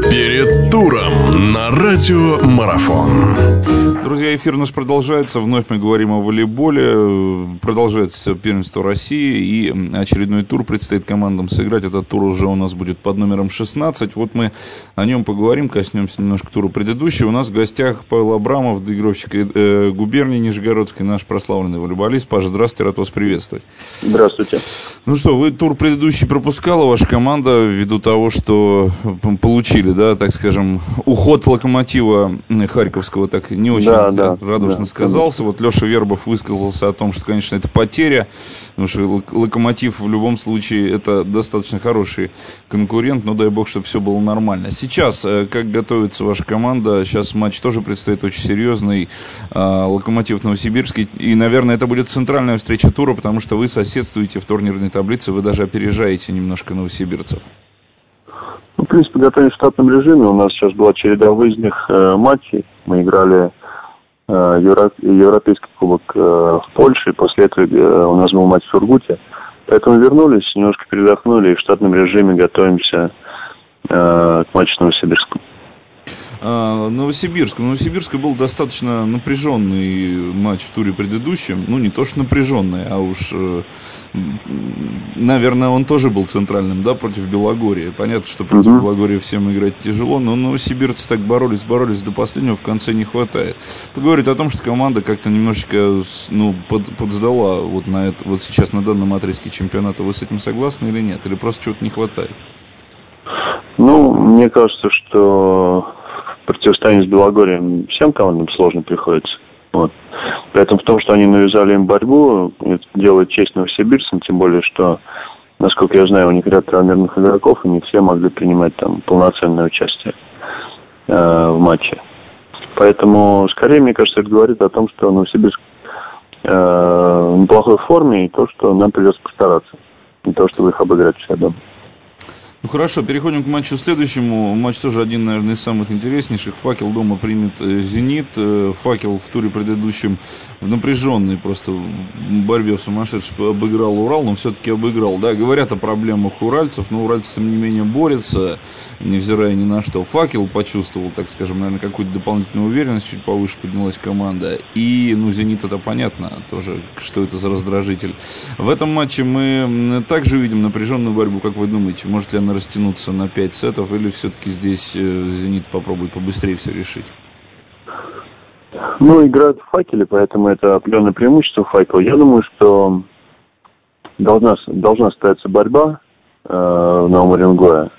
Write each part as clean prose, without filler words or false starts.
Перед туром на радио Марафон. Друзья, эфир наш продолжается. Вновь мы говорим о волейболе. Продолжается первенство России. И очередной тур предстоит командам сыграть. Этот тур уже у нас будет под номером 16. Вот мы о нем поговорим, коснемся немножко тура предыдущего. У нас в гостях Павел Абрамов, доигровщик губернии Нижегородской, наш прославленный волейболист. Паша, здравствуйте, рад вас приветствовать. Здравствуйте. Ну что, вы тур предыдущий пропускала, ваша команда, ввиду того, что получили, да, так скажем, уход Локомотива Харьковского, так не очень радужно сказался. Вот Леша Вербов высказался о том, что, конечно, это потеря, потому что Локомотив в любом случае это достаточно хороший конкурент, но дай бог, чтобы все было нормально. Сейчас, как готовится ваша команда? Сейчас матч тоже предстоит очень серьезный, Локомотив Новосибирский, и, наверное, это будет центральная встреча тура, потому что вы соседствуете в турнирной таблице, вы даже опережаете немножко новосибирцев. В принципе, готовимся в штатном режиме. У нас сейчас была череда выездных матчей. Мы играли Европейский кубок в Польше. После этого у нас был матч в Сургуте. Поэтому вернулись, немножко передохнули и в штатном режиме готовимся к матчу с Новосибирском. Новосибирск был достаточно напряженный матч в туре предыдущем. Ну, не то что напряженный, а уж, наверное, он тоже был центральным, да, против Белогории. Понятно, что против Белогории всем играть тяжело, но новосибирцы так боролись до последнего, в конце не хватает. Говорит о том, что команда как-то немножечко, подсдала вот на это, вот сейчас на данном отрезке чемпионата. Вы с этим согласны или нет? Или просто чего-то не хватает? Ну, мне кажется, что противостояние с Белогорией всем командам сложно приходится. Вот. Поэтому в том, что они навязали им борьбу, это делает честь новосибирцам, тем более, что, насколько я знаю, у них ряд травмированных игроков, и не все могли принимать там полноценное участие в матче. Поэтому, скорее, мне кажется, это говорит о том, что Новосибирск в неплохой форме, и то, что нам придется постараться. Не то, чтобы их обыграть все дома. Ну хорошо, переходим к матчу следующему. Матч тоже один, наверное, из самых интереснейших. «Факел» дома примет «Зенит». «Факел» в туре предыдущем в напряженной просто борьбе в сумасшедшей обыграл «Урал», но все-таки обыграл. Да, говорят о проблемах уральцев, но уральцы, тем не менее, борются, невзирая ни на что. «Факел» почувствовал, так скажем, наверное, какую-то дополнительную уверенность, чуть повыше поднялась команда. И, «Зенит» это понятно тоже, что это за раздражитель. В этом матче мы также видим напряженную борьбу, как вы думаете, может ли она растянуться на 5 сетов, или все-таки здесь «Зенит» попробует побыстрее все решить? Ну, играют в «Факеле», поэтому это определенное преимущество «Факела». Я думаю, что должна состояться борьба в Новом Уренгое.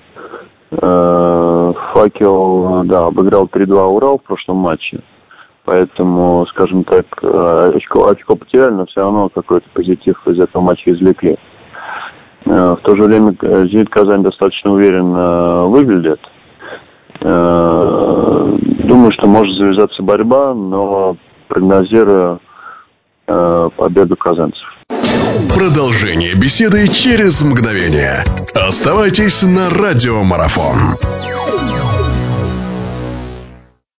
«Факел», да, обыграл 3-2 «Урал» в прошлом матче. Поэтому, скажем так, очко потеряли, но все равно какой-то позитив из этого матча извлекли. В то же время «Зенит» Казань достаточно уверенно выглядит. Думаю, что может завязаться борьба, но прогнозирую победу казанцев. Продолжение беседы через мгновение. Оставайтесь на радио Марафон.